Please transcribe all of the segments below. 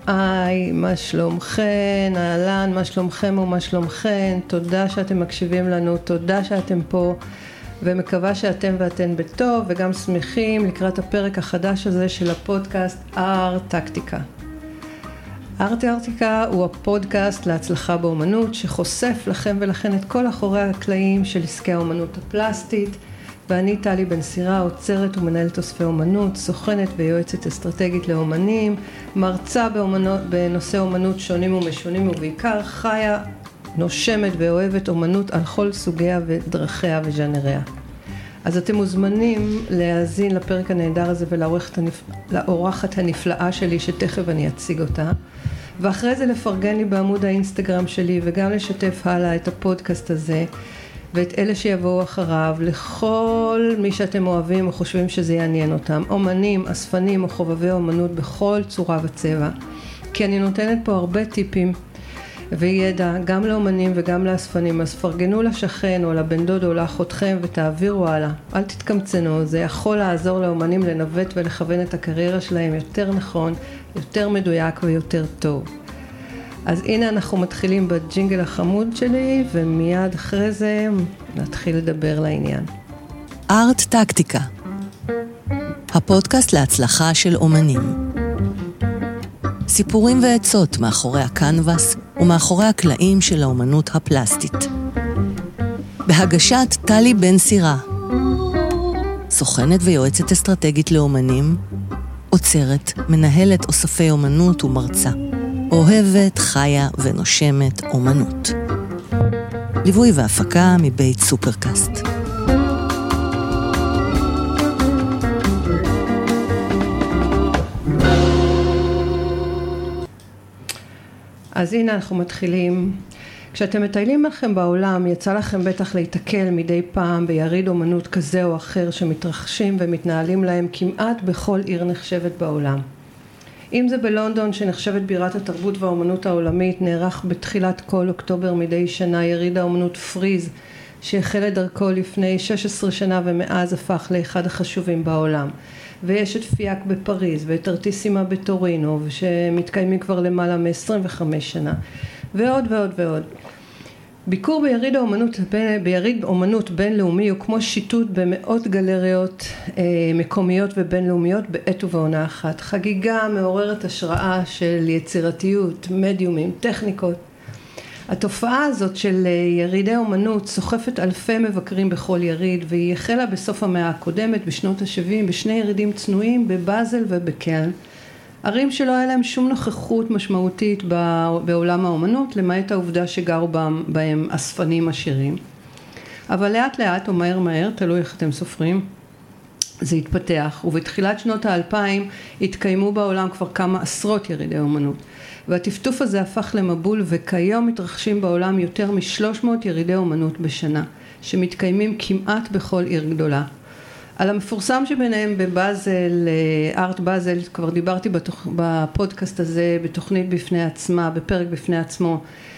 היי, מה שלומכן? אהלן, מה שלומכם ומה שלומכן? תודה שאתם מקשיבים לנו, תודה שאתם פה, ומקווה שאתם ואתן בטוב, וגם שמחים לקראת הפרק החדש הזה של הפודקאסט ארט-טקטיקה. ארט-טקטיקה הוא הפודקאסט להצלחה באומנות, שחושף לכם ולכן את כל אחורי הקלעים של עסקי האומנות הפלסטית, ואני טלי בן סירה, עוצרת ומנהלת אוספי אומנות, סוכנת ויועצת אסטרטגית לאומנים, מרצה בנושא אומנות שונים ומשונים, ובעיקר חיה, נושמת ואוהבת אומנות על כל סוגיה ודרכיה וז'אנריה. אז אתם מוזמנים להאזין לפרק הנהדר הזה ולאורחת הנפלאה שלי שתכף אני אציג אותה, ואחרי זה לפרגן לי בעמוד האינסטגרם שלי וגם לשתף הלאה את הפודקאסט הזה ואת אלה שיבואו אחריו, לכל מי שאתם אוהבים או חושבים שזה יעניין אותם, אומנים, אספנים או חובבי אומנות בכל צורה וצבע, כי אני נותנת פה הרבה טיפים וידע גם לאומנים וגם לאספנים, אז פרגנו לשכן או לבן דוד או לאחותכם ותעבירו הלאה, אל תתקמצנו, זה יכול לעזור לאומנים לנווט ולכוון את הקריירה שלהם יותר נכון, יותר מדויק ויותר טוב. אז הנה אנחנו מתחילים בג'ינגל החמוד שלי, ומיד אחרי זה נתחיל לדבר לעניין. ארט-טקטיקה, הפודקאסט להצלחה של אומנים. סיפורים ועצות מאחורי הקנבס ומאחורי הקלעים של האומנות הפלסטית. בהגשת טלי בן סירה, סוכנת ויועצת אסטרטגית לאומנים, עוצרת, מנהלת אוספי אומנות ומרצה. אוהבת, חיה ונושמת אומנות. ליווי והפקה מבית סופרקאסט. אז הנה אנחנו מתחילים. כשאתם מטיילים לכם בעולם, יצא לכם בטח להתקל מדי פעם ביריד אומנות כזה או אחר שמתרחשים ומתנהלים להם כמעט בכל עיר נחשבת בעולם. אם זה בלונדון שנחשבת בירת התרבות והאומנות העולמית, נערך בתחילת כל אוקטובר מדי שנה יריד האומנות פריז, שהחל את דרכו לפני 16 שנה ומאז הפך לאחד החשובים בעולם. ויש את פיאק בפריז ואת ארטיסימה בטורינו, שמתקיימים כבר למעלה מ-25 שנה, ועוד ועוד ועוד. ביקור ביריד אומנות בינלאומי הוא כמו שיטוט במאות גלריות מקומיות ובינלאומיות בעת ובעונה אחת. חגיגה מעוררת השראה של יצירתיות, מדיומים, טכניקות. התופעה הזאת של ירידי אומנות סוחפת אלפי מבקרים בכל יריד, והיא החלה בסוף המאה הקודמת בשנות ה-70 בשני ירידים צנועים בבאזל ובקלן. ערים שלא היה להם שום נוכחות משמעותית בעולם האומנות, למעט העובדה שגרו בהם אספנים עשירים. אבל לאט לאט או מהר מהר, תלוי איך אתם סופרים, זה התפתח, ובתחילת שנות ה-2000 התקיימו בעולם כבר כמה עשרות ירידי אומנות. והטפטוף הזה הפך למבול, וכיום מתרחשים בעולם יותר מ-300 ירידי אומנות בשנה, שמתקיימים כמעט בכל עיר גדולה. על המפורסם שביניהם בבאזל, ארט באזל, כבר דיברתי בפודקאסט הזה, בתוכנית בפני עצמה, בפרק בפני עצמו,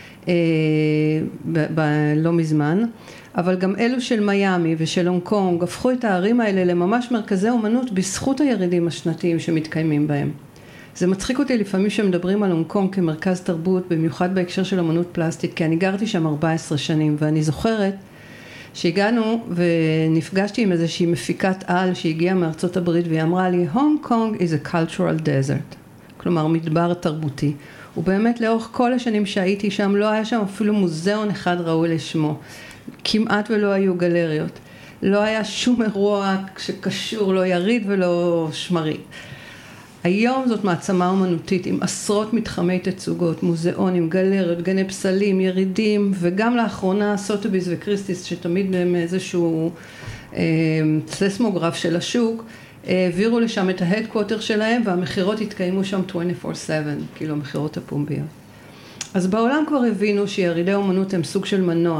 לא מזמן, אבל גם אלו של מיאמי ושל הונג קונג הפכו את הערים האלה לממש מרכזי אומנות בזכות הירידים השנתיים שמתקיימים בהם. זה מצחיק אותי לפעמים שמדברים על הונג קונג כמרכז תרבות, במיוחד בהקשר של אומנות פלסטית, כי אני גרתי שם 14 שנים, ואני זוכרת שהגענו ונפגשתי עם איזושהי מפיקת על שהגיעה מארצות הברית, והיא אמרה לי, הונג קונג is a cultural desert, כלומר מדבר תרבותי. ובאמת לאורך כל השנים שהייתי שם, לא היה שם אפילו מוזיאון אחד ראוי לשמו, כמעט ולא היו גלריות, לא היה שום אירוע שקשור, לא יריד ולא שמרית. היום זאת מעצמה אומנותית עם עשרות מתחמי תצוגות, מוזיאונים, גלריות, גני פסלים, ירידים, וגם לאחרונה סוטביס וקריסטיס, שתמיד הם איזשהו ססמוגרף של השוק, העבירו לשם את ההדקווטר שלהם, והמחירות התקיימו שם 24/7, כאילו המחירות הפומביות. אז בעולם כבר הבינו שירידי אומנות הם סוג של מנוע,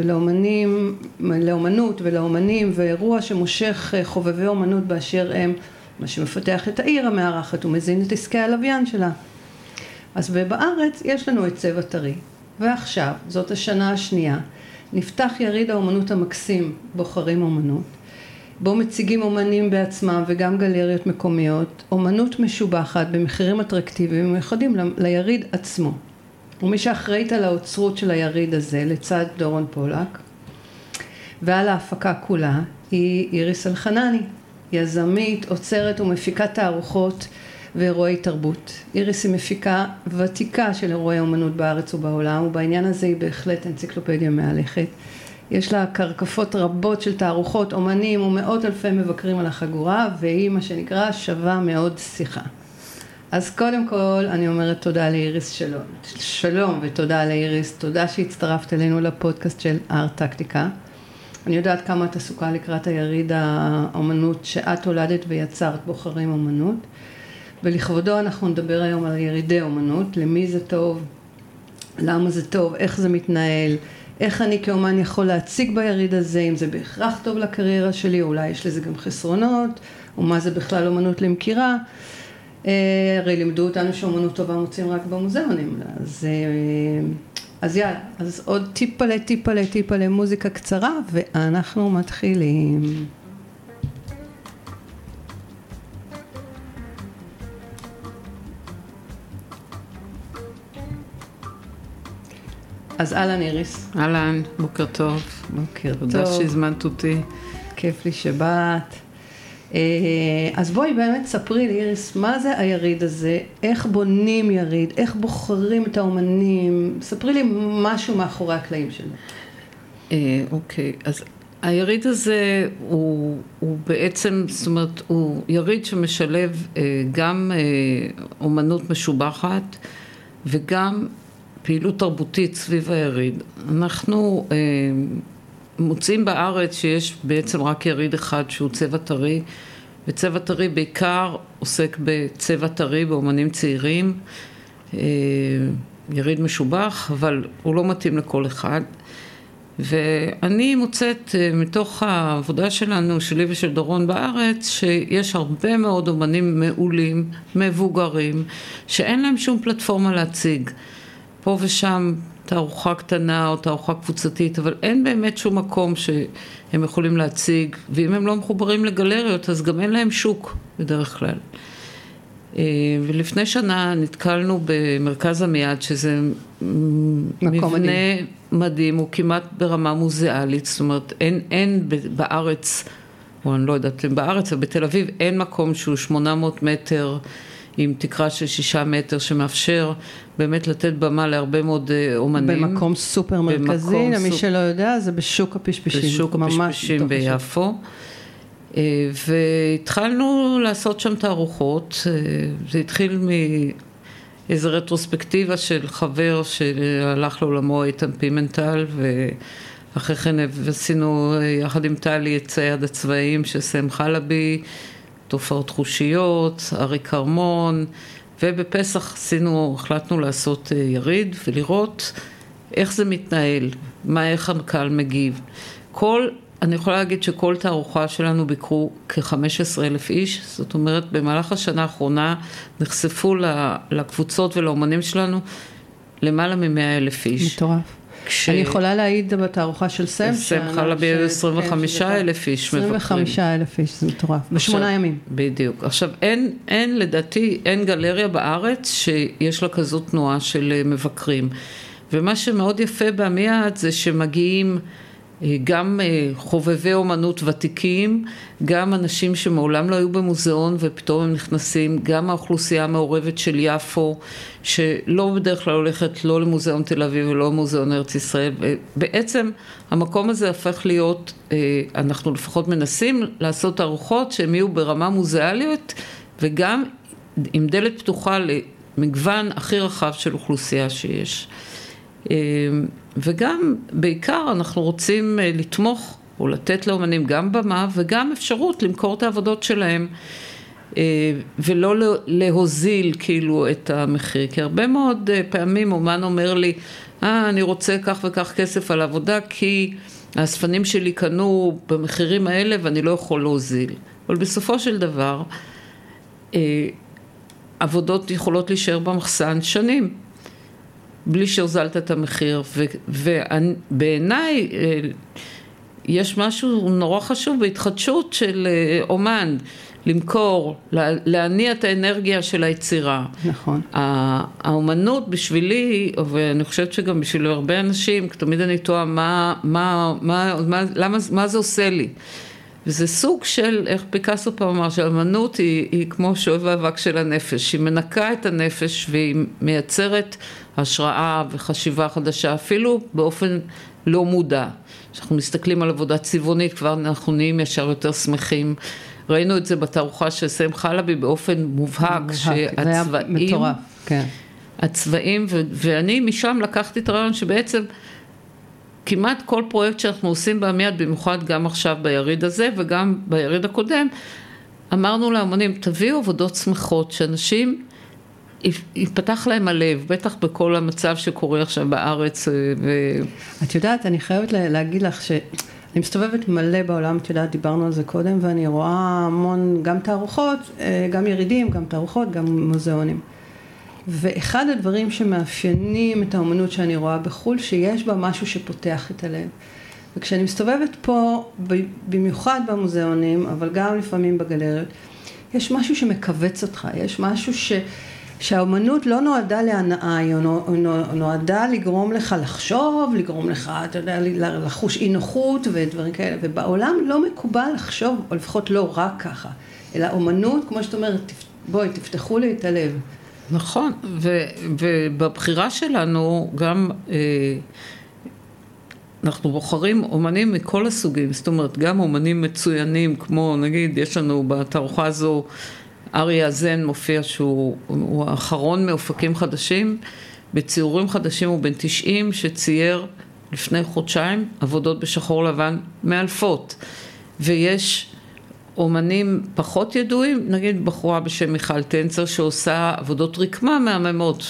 לאומנות ולאומנים, ואירוע שמושך חובבי אומנות באשר הם, מה שמפתח את העיר המארחת ומזין את עסקי הלוויין שלה. אז בארץ יש לנו את צבע טרי, ועכשיו, זאת השנה השנייה, נפתח יריד האומנות המקסים בוחרים אומנות, בו מציגים אומנים בעצמם וגם גלריות מקומיות, אומנות משובחת במחירים אטרקטיביים מיוחדים ליריד עצמו. ומי שאחראית על האוצרות של היריד הזה לצד דורון פולק ועל ההפקה כולה היא איריס אלחנני, יזמית, עוצרת ומפיקת תערוכות ואירועי תרבות. איריס היא מפיקה ותיקה של אירועי אומנות בארץ ובעולם, ובעניין הזה היא בהחלט אנציקלופדיה מהלכת. יש לה קרקפות רבות של תערוכות, אומנים ומאות אלפי מבקרים על החגורה, והיא מה שנקרא שווה מאוד שיחה. אז קודם כל אני אומרת תודה לאיריס, שלום. שלום ותודה לאיריס, תודה שהצטרפת אלינו לפודקאסט של ארט-טקטיקה. אני יודעת כמה את עסוקה לקראת היריד האומנות שאת הולדת ויצרת בוחרים אומנות. ולכבודו אנחנו נדבר היום על ירידי אומנות, למי זה טוב, למה זה טוב, איך זה מתנהל, איך אני כאומן יכול להציג ביריד הזה, אם זה בהכרח טוב לקריירה שלי, או אולי יש לזה גם חסרונות, או מה זה בכלל אומנות למכירה. הרי לימדו אותנו שאומנות טובה מוצאים רק במוזיאונים, אז יאללה, אז עוד טיפה מוזיקה קצרה, ואנחנו מתחילים. אז אהלן איריס. אהלן, בוקר טוב. בוקר טוב. תודה שהזמנת אותי. כיף לי שבאת. אז בואי באמת ספרי לי איריס, מה זה היריד הזה? איך בונים יריד? איך בוחרים את האומנים? ספרי לי משהו מאחורי הקלעים שלו. אוקיי, אז היריד הזה הוא בעצם, זאת אומרת, הוא יריד שמשלב גם אומנות משובחת וגם פעילות תרבותית סביב היריד. אנחנו מוצאים בארץ שיש בעצם רק יריד אחד שהוא צבע טרי, וצבע טרי בעיקר עוסק בצבע טרי באומנים צעירים, יריד משובח, אבל הוא לא מתאים לכל אחד. ואני מוצאת מתוך העבודה שלנו, שלי ושל דורון בארץ, שיש הרבה מאוד אומנים מעולים, מבוגרים, שאין להם שום פלטפורמה להציג. פה ושם תערוכה קטנה או תערוכה קבוצתית, אבל אין באמת שום מקום שהם יכולים להציג, ואם הם לא מחוברים לגלריות, אז גם אין להם שוק בדרך כלל. ולפני שנה נתקלנו במרכז עמיעד, שזה מבנה מדהים, הוא כמעט ברמה מוזיאלית, זאת אומרת, אין בארץ, או אני לא יודעת אם בארץ, אבל בתל אביב אין מקום שהוא 800 מטר, עם תקרה של 6 מטר, שמאפשר באמת לתת במה להרבה מאוד אומנים. במקום סופר מרכזי, למי שלא יודע, זה בשוק הפשפשים. בשוק הפשפשים ביפו. והתחלנו לעשות שם תערוכות. זה התחיל מאיזו רטרוספקטיבה של חבר שהלך לעולמו, איתן פימנטל, ואחרי כן עשינו יחד עם טלי את צייד הצבעים של סם חלבי, תופעות חושיות, ארי קרמון, ובפסח החלטנו לעשות יריד ולראות איך זה מתנהל, איך הקהל מגיב. אני יכולה להגיד שכל תערוכה שלנו ביקרו כ-15,000 איש, זאת אומרת במהלך השנה האחרונה נחשפו לקבוצות ולאומנים שלנו למעלה מ-100,000 איש. מטורף. אני יכולה להעיד בתערוכה של סם, סם חלבי 25,000 איש מבקרים. 25,000 איש, זה מטורף. ב8 ימים. בדיוק. עכשיו, לדעתי, אין גלריה בארץ שיש לה כזו תנועה של מבקרים. ומה שמאוד יפה בעמיעד זה שמגיעים גם חובבי אומנות ותיקים, גם אנשים שמעולם לא היו במוזיאון ופתאום הם נכנסים, גם האוכלוסייה המעורבת של יפו, שלא בדרך כלל הולכת לא למוזיאון תל אביב ולא למוזיאון ארץ ישראל. בעצם המקום הזה הפך להיות, אנחנו לפחות מנסים לעשות תערוכות שהם יהיו ברמה מוזיאליות, וגם עם דלת פתוחה למגוון הכי רחב של אוכלוסייה שיש. וגם בעיקר אנחנו רוצים לתמוך או לתת לאומנים גם במה וגם אפשרות למכור את העבודות שלהם ולא להוזיל כאילו את המחיר, כי הרבה מאוד פעמים אומן אומר לי אני רוצה כך וכך כסף על עבודה כי האספנים שלי קנו במחירים האלה ואני לא יכול להוזיל, אבל בסופו של דבר עבודות יכולות להישאר במחסן שנים בלי שהוזלת את המחיר, ובעיניי יש משהו נורא חשוב בהתחדשות של אומן, למכור, להניע את האנרגיה של היצירה. נכון. האומנות בשבילי, ואני חושבת שגם בשביל הרבה אנשים, תמיד אני תוהה מה זה עושה לי. וזה סוג של, איך פיקאסו פעם אמר, שהאומנות היא כמו שואב האבק של הנפש, היא מנקה את הנפש והיא מייצרת השראה וחשיבה חדשה, אפילו באופן לא מודע. כשאנחנו מסתכלים על עבודה צבעונית, כבר אנחנו נהיים ישר יותר שמחים. ראינו את זה בתערוכה של סם חלבי באופן מובהק, שהצבעים, כן. הצבעים, ואני משם לקחתי את הרעיון שבעצם כמעט כל פרויקט שאנחנו עושים בעמיעד, במיוחד גם עכשיו ביריד הזה וגם ביריד הקודם, אמרנו לאמנים, תביאו עבודות שמחות, שאנשים יפתח להם הלב, בטח בכל המצב שקורה עכשיו בארץ. את יודעת, אני חייבת להגיד לך שאני מסתובבת מלא בעולם, את יודעת, דיברנו על זה קודם, ואני רואה המון, גם תערוכות, גם ירידים, גם תערוכות, גם מוזיאונים. ואחד הדברים שמאפיינים את האמנות שאני רואה בחול, שיש בה משהו שפותח את הלב. וכשאני מסתובבת פה, במיוחד במוזיאונים, אבל גם לפעמים בגלריות, יש משהו שמקבץ אותך, יש משהו שהאמנות לא נועדה להנאה, היא נועדה לגרום לך לחשוב, לגרום לך, אתה יודע, לחוש אי נוחות ודברים כאלה, ובעולם לא מקובל לחשוב, או לפחות לא רק ככה, אלא אמנות, כמו שאת אומרת, בואי, תפתחו לי את הלב. נכון, ובבחירה שלנו גם אנחנו בוחרים אומנים מכל הסוגים, זאת אומרת גם אומנים מצוינים, כמו נגיד יש לנו בתערוכה הזו אריה זן מופיע שהוא האחרון מאופקים חדשים, בציורים חדשים הוא בן 90 שצייר לפני חודשיים עבודות בשחור לבן מאלפות, ויש אומנים פחות ידועים, נגיד בחורה בשם מיכל טנצר שעושה עבודות רקמה מהממות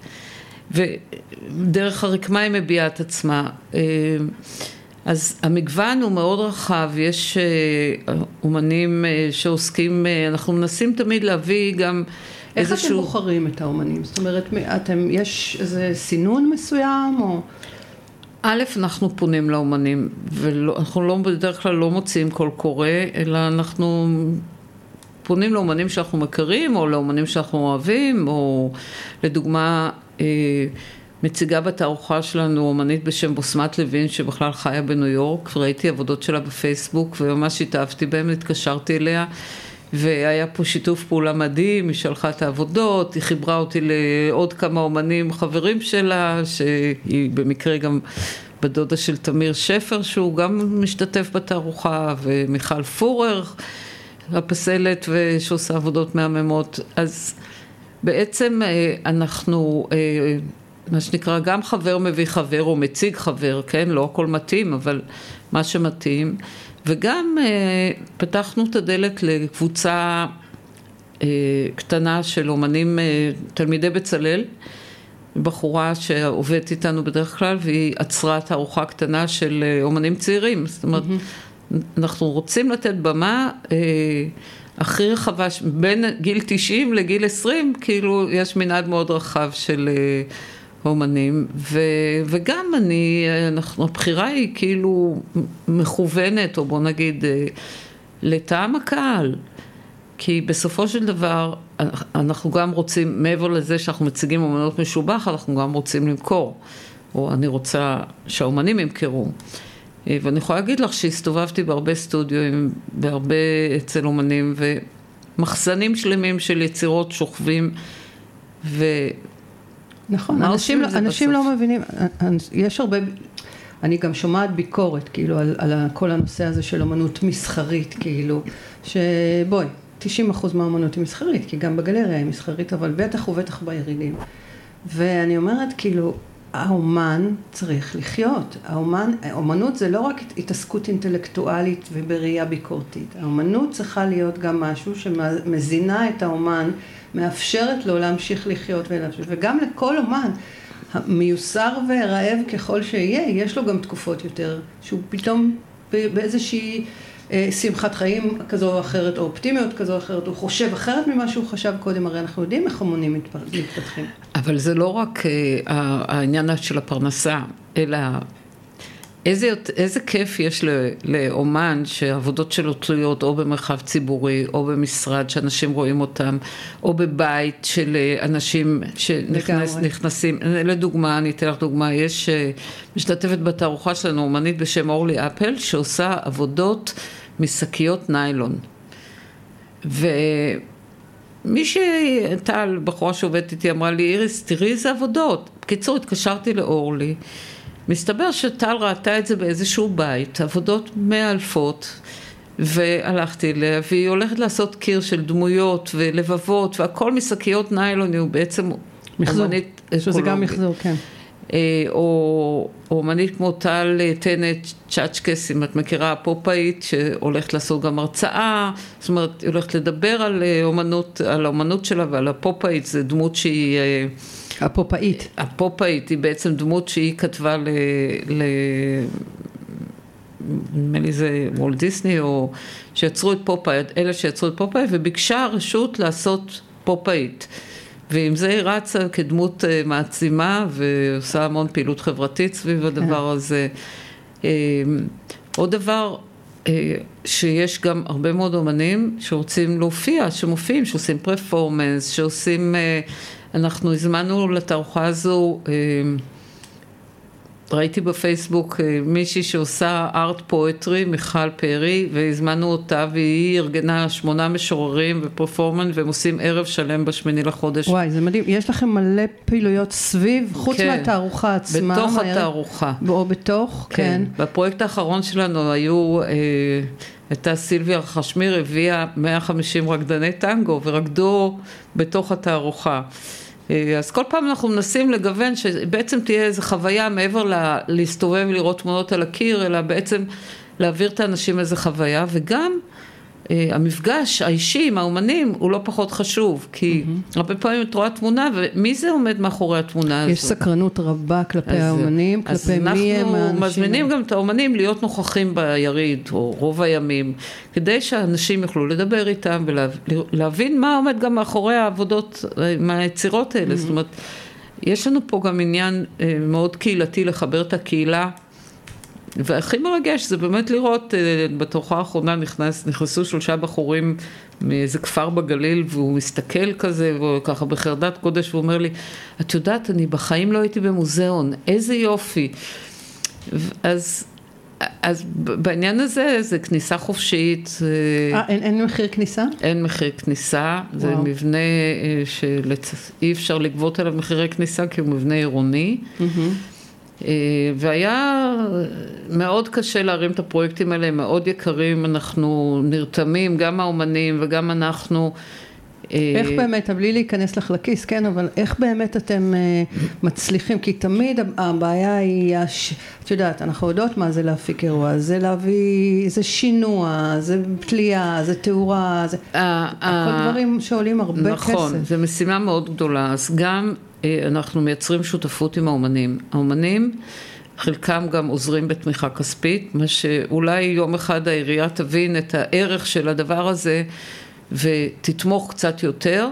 ודרך הרקמה היא מביעה את עצמה. אז המגוון הוא מאוד רחב, יש אומנים שעוסקים, אנחנו מנסים תמיד להביא גם איזשהו... איך אתם בוחרים את האומנים? זאת אומרת, יש איזה סינון מסוים או... א', אנחנו פונים לאומנים, ואנחנו בדרך כלל לא מוציאים קול קורא, אלא אנחנו פונים לאומנים שאנחנו מכירים, או לאומנים שאנחנו אוהבים, או לדוגמה, מציגה בתערוכה שלנו אומנית בשם בוסמת לוין, שבכלל חיה בניו יורק, וראיתי עבודות שלה בפייסבוק, וממש התאהבתי בהם, התקשרתי אליה, והיה פה שיתוף פעולה מדהים, היא שלחה את העבודות, היא חיברה אותי לעוד כמה אומנים חברים שלה, שהיא במקרה גם בדודה של תמיר שפר, שהוא גם משתתף בתערוכה, ומיכל פורר, הפסלת, ושעושה עבודות מהממות. אז בעצם אנחנו, מה שנקרא, גם חבר מביא חבר, או מציג חבר, כן? לא הכל מתאים, אבל מה שמתאים. וגם פתחנו את הדלת לקבוצה קטנה של אומנים, תלמידי בצלאל, בחורה שעובדת איתנו בדרך כלל, והיא עצרה תערוכה קטנה של אומנים צעירים. זאת אומרת, אנחנו רוצים לתת במה הכי רחבה, בין גיל 90 לגיל 20, כאילו יש מנעד מאוד רחב של אומנים, וגם הבחירה היא כאילו מכוונת, או בוא נגיד, לטעם הקהל, כי בסופו של דבר, אנחנו גם רוצים, מעבר לזה שאנחנו מציגים אומנות משובח, אנחנו גם רוצים למכור, או אני רוצה שהאומנים ימכרו. ואני יכולה להגיד לך שהסתובבתי בהרבה סטודיו, בהרבה אצל אומנים, ומחסנים שלמים של יצירות שוכבים, נכון, אנשים לא מבינים, יש הרבה, אני גם שומעת ביקורת, כאילו, על כל הנושא הזה של אומנות מסחרית, כאילו, שבואי, 90% מהאומנות היא מסחרית, כי גם בגלריה היא מסחרית, אבל בטח ובטח בירידים. ואני אומרת, כאילו, האומן צריך לחיות. האומנות זה לא רק התעסקות אינטלקטואלית ובראייה ביקורתית. האומנות צריכה להיות גם משהו שמזינה את האומן, מאפשרת לו להמשיך לחיות וגם לכל אומן, מיוסר ורעב ככל שיהיה, יש לו גם תקופות יותר, שהוא פתאום באיזושהי שמחת חיים כזו או אחרת, או אופטימיות כזו או אחרת, הוא חושב אחרת ממה שהוא חשב קודם, הרי אנחנו יודעים איך אומנים מתפתחים. אבל זה לא רק העניין של הפרנסה, אלא איזה כיף יש לאומן שעבודות שלו תלויות או במרחב ציבורי או במשרד שאנשים רואים אותם או בבית של אנשים שנכנסים. לדוגמה, אני אתן לך דוגמה, יש משתתפת בתערוכה שלנו אומנית בשם אורלי אפל שעושה עבודות משקיות ניילון. ומישהי, טל, בחורה שעובדת איתי, אמרה לי, איריס, תראי איזה עבודות. בקיצור, התקשרתי לאורלי, מסתבר שטל ראתה את זה באיזשהו בית, עבודות מאלפות, והלכתי אליה, והיא הולכת לעשות קיר של דמויות ולבבות, והכל משקיות ניילון, הוא בעצם אומנית אקולוגית. שזה גם מחזור, כן. או אומנית כמו טל טנט צ'אצ'קס, אם את מכירה, הפופאית, שהולכת לעשות גם הרצאה, זאת אומרת, היא הולכת לדבר על האומנות שלה ועל הפופאית, זה דמות שהיא... הפופאית. הפופאית היא בעצם דמות שהיא כתבה נדמה לי זה וולט דיסני, או שיצרו את פופאית, אלה שיצרו את פופאית, וביקשה רשות לעשות פופאית. ועם זה היא רצה כדמות מעצימה, ועושה המון פעילות חברתית סביב הדבר הזה. עוד דבר, שיש גם הרבה מאוד אומנים שרוצים להופיע, שמופיעים, שעושים פרפורמנס, שעושים... אנחנו הזמנו לתערוכה הזו, ראיתי בפייסבוק מישהי שעושה ארט פואטרי, מיכל פרי, והזמנו אותה והיא ארגנה 8 משוררים ופרפורמנס, והם עושים ערב שלם ב8 לחודש. וואי, זה מדהים. יש לכם מלא פעילויות סביב, חוץ מהתערוכה עצמה. בתוך התערוכה. או בתוך, כן. בפרויקט האחרון שלנו הייתה סילביה חשמיר, הביאה 150 רקדני טנגו, ורקדו בתוך התערוכה. אז כל פעם אנחנו מנסים לגוון שבעצם תהיה איזו חוויה מעבר להסתובב ולראות תמונות על הקיר, אלא בעצם להעביר את האנשים איזו חוויה, וגם המפגש האישי עם האומנים הוא לא פחות חשוב, כי הרבה פעמים את רואה תמונה, ומי זה עומד מאחורי התמונה הזו? יש סקרנות רבה כלפי האומנים, כלפי מי הם האנשים. אז אנחנו מזמינים גם את האומנים להיות נוכחים ביריד, או רוב הימים, כדי שהאנשים יוכלו לדבר איתם, ולהבין מה עומד גם מאחורי העבודות, מהיצירות האלה. זאת אומרת, יש לנו פה גם עניין מאוד קהילתי לחבר את הקהילה, והכי מרגש זה באמת לראות, בתוכה האחרונה נכנסו 3 בחורים מאיזה כפר בגליל, והוא מסתכל כזה, וככה בחרדת קודש, והוא אומר לי, את יודעת, אני בחיים לא הייתי במוזיאון, איזה יופי. אז בעניין הזה, זה כניסה חופשית. אין מחיר כניסה? אין מחיר כניסה, זה מבנה שאי אפשר לגבות עליו מחירי כניסה, כי הוא מבנה עירוני. והיה מאוד קשה להרים את הפרויקטים האלה, מאוד יקרים, אנחנו נרתמים, גם האומנים וגם אנחנו. איך באמת, בלי להיכנס לך לכיס, כן, אבל איך באמת אתם מצליחים? כי תמיד הבעיה היא, את יודעת, אנחנו יודעות מה זה להפיק אירוע, זה להביא, זה שינוע, זה פתלייה, זה תאורה, זה כל דברים שעולים הרבה כסף. נכון, זו משימה מאוד גדולה, אז גם אנחנו מייצרים שותפות עם האומנים. האומנים, חלקם גם עוזרים בתמיכה כספית, מה שאולי יום אחד העירייה תבין את הערך של הדבר הזה, ותתמוך קצת יותר,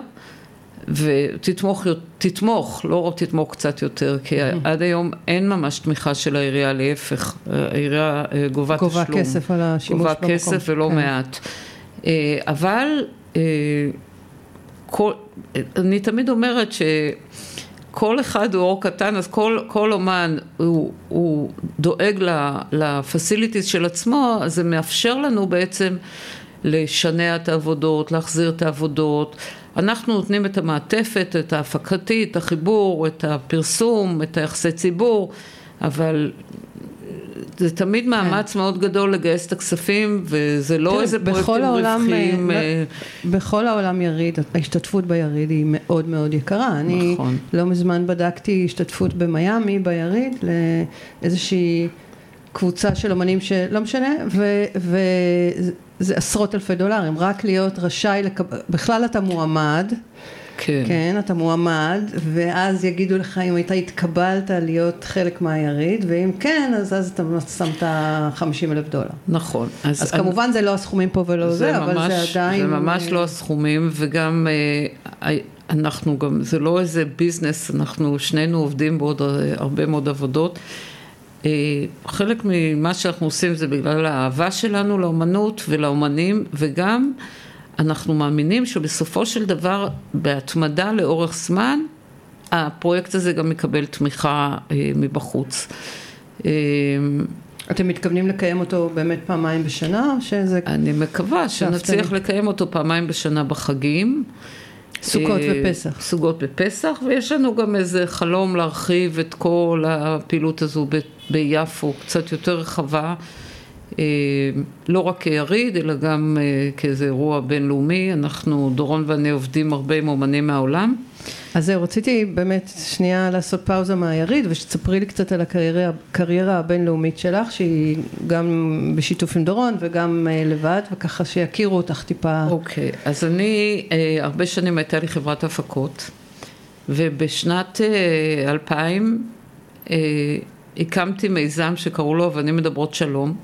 ותתמוך, לא רק תתמוך קצת יותר, כי עד היום אין ממש תמיכה של העירייה, להפך, העירייה גובה תשלום. גובה כסף על השימוש במקום. גובה כסף ולא מעט. אבל אני תמיד אומרת שכל אחד הוא אור קטן, אז כל אומן הוא דואג לפסיליטיז של עצמו, אז זה מאפשר לנו בעצם לשנע את העבודות, להחזיר את העבודות. אנחנו נותנים את המעטפת, את ההפקתי, את החיבור, את הפרסום, את היחסי ציבור, אבל זה תמיד מאמץ מאוד גדול לגייס את הכספים, וזה לא איזה פרויקטים רווחיים. בכל העולם יריד, ההשתתפות ביריד היא מאוד מאוד יקרה. אני לא מזמן בדקתי השתתפות במיימי ביריד, לאיזושהי קבוצה של אומנים שלא משנה, וזה עשרות אלפי דולרים, רק להיות רשאי, בכלל אתה מועמד, כן, אתה מועמד, ואז יגידו לך אם אתה התקבלת להיות חלק מהיריד, ואם כן, אז אתה שמת $50,000. נכון. אז כמובן זה לא הסכומים פה ולא זה, אבל זה עדיין... זה ממש לא הסכומים, וגם אנחנו גם, זה לא איזה ביזנס, אנחנו שנינו עובדים בעוד הרבה מאוד עבודות. חלק ממה שאנחנו עושים זה בגלל האהבה שלנו לאומנות ולאומנים, וגם אנחנו מאמינים שבסופו של דבר בהתמדה לאורך זמן, הפרויקט הזה גם מקבל תמיכה מבחוץ. אתם מתכוונים לקיים אותו באמת פעמיים בשנה? אני מקווה שנצליח לקיים אותו פעמיים בשנה בחגים. סוכות ופסח. סוכות ופסח, ויש לנו גם איזה חלום להרחיב את כל הפעילות הזו ביפו, קצת יותר רחבה, לא רק כיריד, אלא גם כאיזה אירוע בינלאומי. דורון ואני עובדים הרבה עם אומנים מהעולם. אז זהו, רציתי באמת שנייה לעשות פאוזה מהיריד, ושתספרי לי קצת על הקריירה הבינלאומית שלך, שהיא גם בשיתוף עם דורון וגם לבד, וככה שיכירו אותך טיפה. אוקיי, אז אני, הרבה שנים הייתה לי חברת הפקות, ובשנת 2000 הקמתי מיזם שקראו לו אבנים מדברות שלום,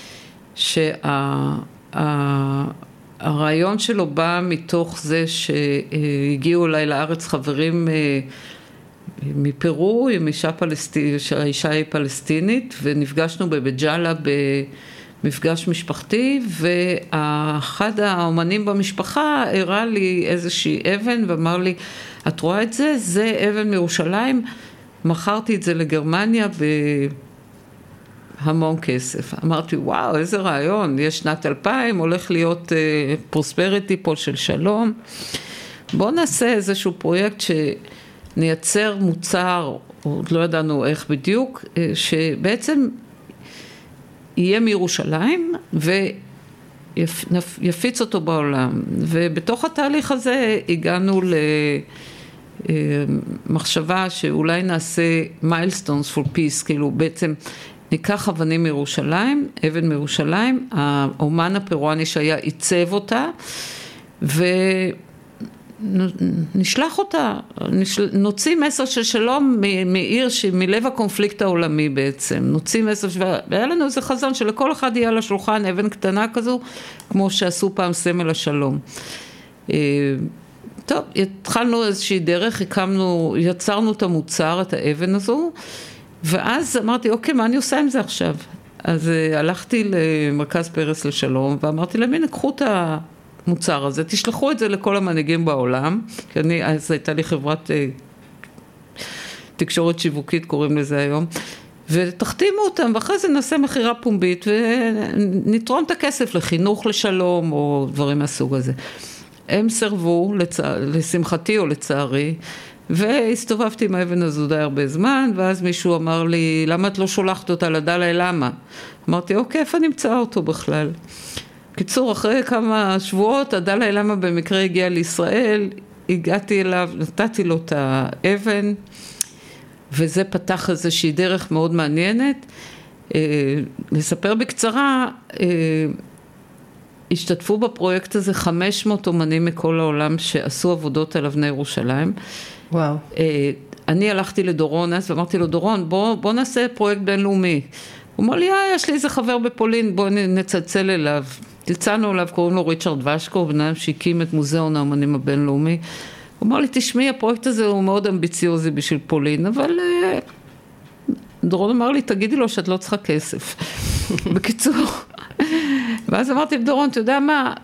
הרעיון שלו בא מתוך זה שהגיעו אליי לארץ חברים מפרו, עם האישה היא פלסטינית, ונפגשנו בבג'אלה במפגש משפחתי, ואחד האומנים במשפחה הראה לי איזושהי אבן ואמר לי, את רואה את זה? זה אבן מירושלים, מכרתי את זה לגרמניה המון כסף. אמרתי, וואו, איזה רעיון, יש שנת 2000, הולך להיות פרוספריטי פה של שלום. בואו נעשה איזשהו פרויקט שנייצר מוצר, עוד לא ידענו איך בדיוק, שבעצם יהיה מירושלים ויפיץ אותו בעולם. ובתוך התהליך הזה הגענו למחשבה שאולי נעשה milestones for peace, כאילו בעצם ניקח אבנים מירושלים, אבן מירושלים, האומן הפרואני שהיה עיצב אותה, ונשלח אותה, נוציא מסר של שלום מעיר מלב הקונפליקט העולמי בעצם, נוציא מסר, והיה לנו איזה חזון שלכל אחד יהיה על השולחן אבן קטנה כזו, כמו שעשו פעם סמל השלום. טוב, התחלנו איזושהי דרך, יצרנו את המוצר, את האבן הזו, ואז אמרתי, אוקיי, מה אני עושה עם זה עכשיו? אז הלכתי למרכז פרס לשלום, ואמרתי להם, הנה, קחו את המוצר הזה, תשלחו את זה לכל המנהיגים בעולם, כי אז הייתה לי חברת תקשורת שיווקית, קוראים לזה היום, ותחתימו אותם, ואחרי זה נעשה מחירה פומבית, ונתרום את הכסף לחינוך לשלום, או דברים מהסוג הזה. הם סרבו, לשמחתי או לצערי, והסתובבתי עם האבן הזו די הרבה זמן, ואז מישהו אמר לי, למה את לא שולחת אותה לדלי למה? אמרתי, אוקיי, איפה נמצא אותו בכלל? קיצור, אחרי כמה שבועות, הדלי למה במקרה הגיע לישראל, הגעתי אליו, נתתי לו את האבן, וזה פתח איזושהי דרך מאוד מעניינת. לספר בקצרה, השתתפו בפרויקט הזה 500 אומנים מכל העולם שעשו עבודות על אבני ירושלים. וואו. אני הלכתי לדורון אז ואמרתי לו, דורון, בוא נעשה פרויקט בינלאומי. הוא אמר לי, יש לי איזה חבר בפולין, בוא נצלצל אליו. תצלנו אליו, קוראים לו ריצ'רד ושקו, בנאדם שהקים את מוזיאון האמנים הבינלאומי. הוא אמר לי, תשמעי, הפרויקט הזה הוא מאוד אמביציוזי בשביל פולין, אבל דורון אמר לי, תגידי לו שאת לא צריכה כסף. בקיצור. ואז אמרתי לדורון, אתה יודע מה,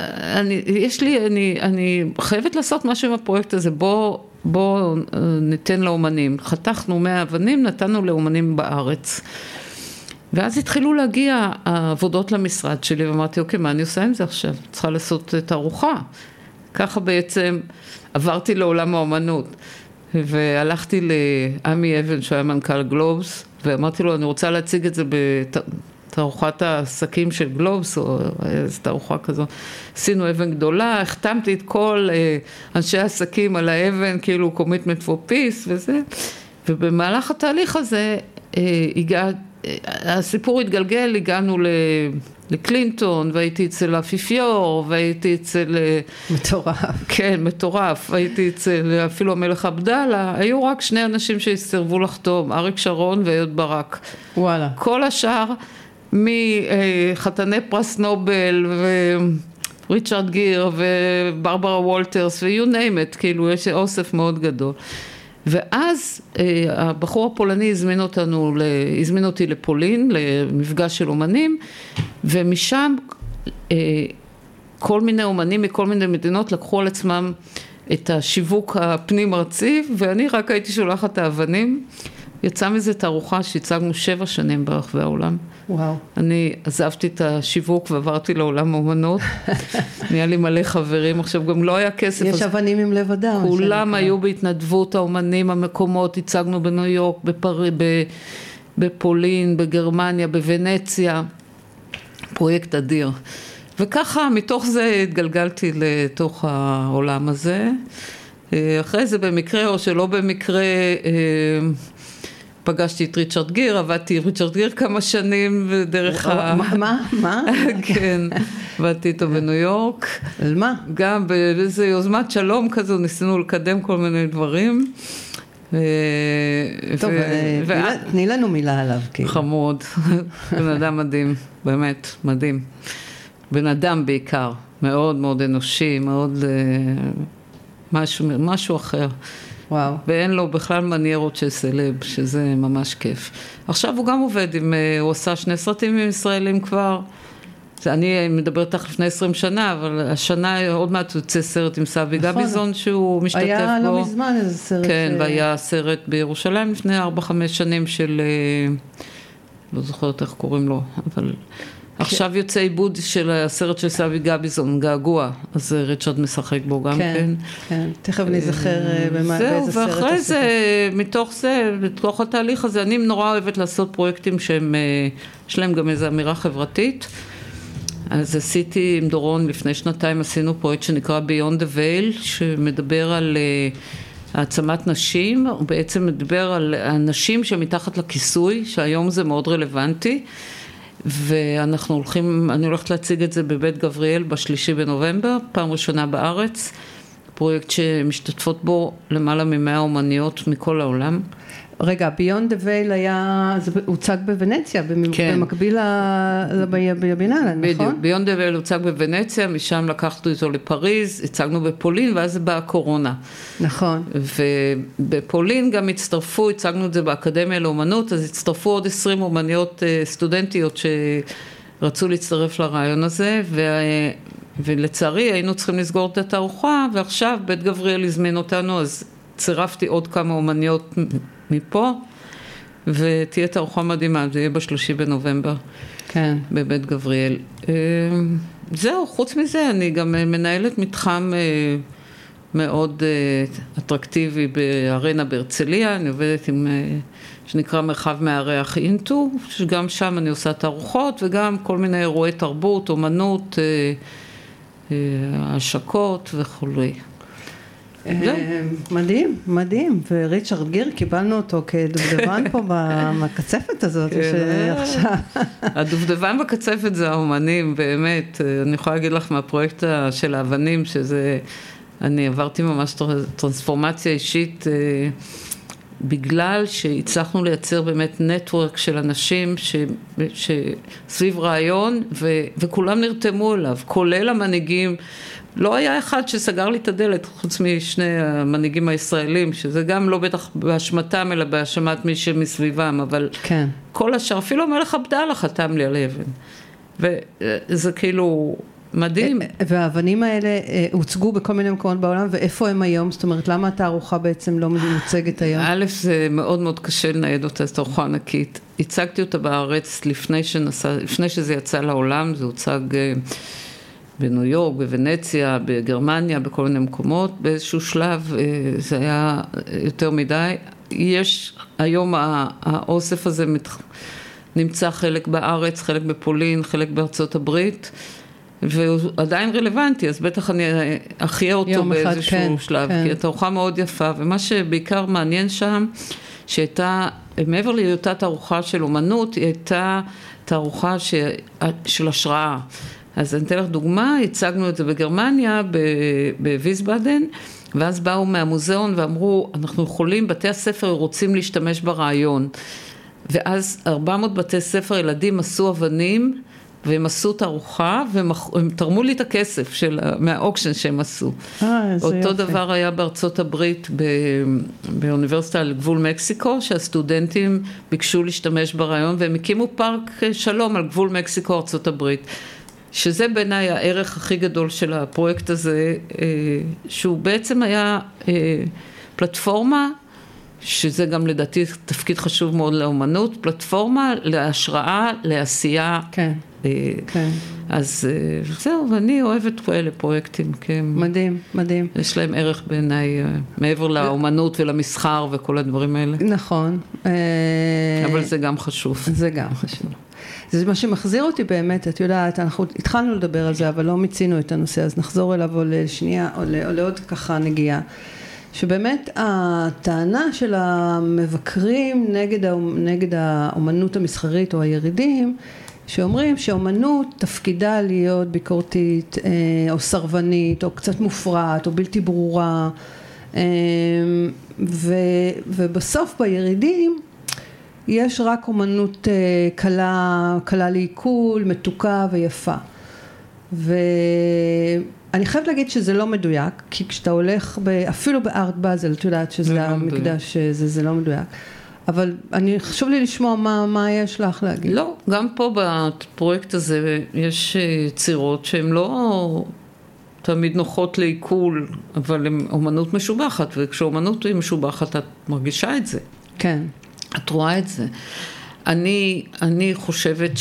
אני חייבת לעשות משהו עם הפרויקט הזה, בוא ניתן לאומנים. חתכנו 100 אבנים, נתנו לאומנים בארץ. ואז התחילו להגיע העבודות למשרד שלי, ואמרתי, אוקיי, מה אני עושה עם זה עכשיו? צריכה לעשות תערוכה. ככה בעצם עברתי לעולם האומנות, והלכתי לעמי אבן, שהיה מנכ"ל גלובס, ואמרתי לו, אני רוצה להציג את זה תערוכת העסקים של גלובס, או איזו תערוכה כזו. עשינו אבן גדולה, החתמתי את כל אנשי העסקים על האבן, כאילו commitment for peace וזה. ובמהלך התהליך הזה, הסיפור התגלגל, הגענו לקלינטון, והייתי אצל האפיפיור, והייתי אצל... מטורף. כן, מטורף. הייתי אצל אפילו המלך עבדאללה. היו רק 2 אנשים שהסתרבו לחתום, אריק שרון ואהוד ברק. וואלה. כל השאר... מחתני פרס נובל וריצ'רד גיר וברברה וולטרס ו-you name it, כאילו יש אוסף מאוד גדול. ואז הבחור הפולני הזמין אותי לפולין, למפגש של אומנים, ומשם כל מיני אומנים מכל מיני מדינות לקחו על עצמם את השיווק הפנים ארצי, ואני רק הייתי שולחת האבנים. יצא מזה תערוכה שהצגנו 7 שנים ברחבי העולם. וואו. אני עזבתי את השיווק ועברתי לעולם האומנות. נהיה לי מלא חברים, עכשיו גם לא היה כסף. יש אבנים עם לב אדם. כולם היו בהתנדבות, האומנים, המקומות, הצגנו בניו יורק, בפולין, בגרמניה, בוונציה. פרויקט אדיר. וככה, מתוך זה התגלגלתי לתוך העולם הזה. אחרי זה במקרה או שלא במקרה, פגשתי את ריצ'רד גיר, עבדתי עם ריצ'רד גיר כמה שנים ודרך מה? כן, עבדתי איתו בניו יורק. על מה? גם באיזו יוזמת שלום כזו, ניסינו לקדם כל מיני דברים. טוב, תני לנו מילה עליו. חמוד, בן אדם מדהים, באמת, מדהים. בן אדם בעיקר, מאוד מאוד אנושי, מאוד משהו אחר. וואו. ואין לו בכלל מניירות של סלב, שזה ממש כיף. עכשיו הוא גם עובד הוא עשה 2 סרטים עם ישראלים כבר. אני מדברת לך לפני 20 שנה, אבל השנה עוד מעט יוצא סרט עם סבי גביזון שהוא משתתף בו. היה לא מזמן איזה סרט. כן, והיה סרט בירושלים לפני 4-5 שנים של, לא זוכרת איך קוראים לו, אבל עכשיו יוצא עיבוד של הסרט של סבי גביזון, געגוע, אז ריצ'רד משחק בו גם כן. כן, תכף נזכר באיזה סרט. ואחרי זה, מתוך זה, בתוך התהליך הזה, אני נורא אוהבת לעשות פרויקטים שהם, יש להם גם איזו אמירה חברתית. אז עשיתי עם דורון, לפני 2 עשינו פרויקט שנקרא Beyond the Veil, שמדבר על העצמת נשים, הוא בעצם מדבר על הנשים שמתחת לכיסוי, שהיום זה מאוד רלוונטי, ואנחנו אני הולכת להציג את זה בבית גבריאל ב3 בנובמבר, פעם ראשונה בארץ, פרויקט שמשתתפות בו למעלה מ100 אומניות מכל העולם. רגע, Beyond the Veil זה הוצג בוונציה, במקביל לביאנלה, נכון? בדיוק, Beyond the Veil הוצג בוונציה, משם לקחנו אותו לפריז, הצגנו בפולין, ואז באה הקורונה. נכון. ובפולין גם הצגנו את זה באקדמיה לאומנות, אז הצטרפו עוד 20 אומניות סטודנטיות שרצו להצטרף לרעיון הזה, ולצערי היינו צריכים לסגור את התערוכה, ועכשיו בית גבריאל הזמין אותנו, אז צירפתי עוד כמה אומניות מפה, ותהיה תערוכה מדהימה, זה יהיה ב3 בנובמבר. כן. בבית גבריאל. זהו, חוץ מזה, אני גם מנהלת מתחם מאוד אטרקטיבי בארנה בהרצליה, אני עובדת עם, שנקרא מרחב מארח אינטו, שגם שם אני עושה תערוכות, וגם כל מיני אירועי תרבות, אומנות, השקות וכו'. מדהים, מדהים, וריצ'רד גיר קיבלנו אותו כדובדבן פה בקצפת הזאת שעכשיו. הדובדבן בקצפת זה האומנים, באמת, אני יכולה להגיד לך מהפרויקט של האבנים, שזה, אני עברתי ממש טרנספורמציה אישית, בגלל שהצלחנו לייצר באמת נטוורק של אנשים שסביב רעיון, וכולם נרתמו אליו, כולל המנהיגים. לא היה אחד שסגר לי את הדלת, חוץ משני המנהיגים הישראלים, שזה גם לא בטח באשמתם, אלא באשמת מי שמסביבם, אבל כן. כל השאר, אפילו המלך עבדאללה חתם לי על אבן. וזה כאילו מדהים. והאבנים האלה הוצגו בכל מיני מקומות בעולם, ואיפה הם היום? זאת אומרת, למה התערוכה בעצם לא מוצגת היום? א', זה מאוד מאוד קשה לנייד אותה, זו תערוכה ענקית. הצגתי אותה בארץ לפני שזה יצא לעולם, זה הוצג בניו יורק, בוונציה, בגרמניה, בכל מיני מקומות. באיזשהו שלב זה היה יותר מדי. יש היום האוסף הזה נמצא חלק בארץ, חלק בפולין, חלק בארצות הברית, והוא עדיין רלוונטי, אז בטח אני אחיה אותו באיזשהו שלב, כי התערוכה מאוד יפה, ומה שבעיקר מעניין שם, שהייתה, מעבר להיותה תערוכה של אומנות, היא הייתה תערוכה של השראה. אז אני אתן לך דוגמה, הצגנו את זה בגרמניה, בוויסבאדן, ואז באו מהמוזיאון ואמרו, אנחנו יכולים, בתי הספר רוצים להשתמש ברעיון, ואז 400 בתי ספר ילדים עשו אבנים, והם עשו את הארוחה, והם תרמו לי את הכסף מהאוקשן שהם עשו. אותו דבר היה בארצות הברית, באוניברסיטה על גבול מקסיקו, שהסטודנטים ביקשו להשתמש ברעיון, והם הקימו פארק שלום על גבול מקסיקו, ארצות הברית. שזה בעיניי הערך הכי גדול של הפרויקט הזה, שהוא בעצם היה פלטפורמה, שזה גם לדעתי תפקיד חשוב מאוד לאומנות, פלטפורמה להשראה, לעשייה. כן, כן. אז זהו, ואני אוהבת כאלה פרויקטים. מדהים, מדהים. יש להם ערך בעיניי, מעבר לאומנות ולמסחר וכל הדברים האלה. נכון. אבל זה גם חשוב. זה גם חשוב. זה מה שמחזיר אותי באמת, את יודעת, אנחנו התחלנו לדבר על זה, אבל לא מיצינו את הנושא, אז נחזור אליו או לשנייה, או לעוד ככה נגיעה. שבאמת הטענה של המבקרים נגד האומנות המסחרית או הירידים, שאומרים שאומנות תפקידה להיות ביקורתית או סרבנית או קצת מופרעת או בלתי ברורה, ובסוף בירידים יש רק אומנות קלה לעיכול, מתוקה ויפה. ואני חייבת להגיד שזה לא מדויק, כי כשאתה הולך אפילו בארט באזל, את יודעת שזה המקדש, זה לא מדויק. אבל חשוב לי לשמוע מה יש לך להגיד. לא, גם פה בפרויקט הזה יש צירות שהן לא תמיד נוחות לעיכול, אבל הן אומנות משובחת, וכשאומנות היא משובחת את מרגישה את זה. כן. את רואה את זה. אני חושבת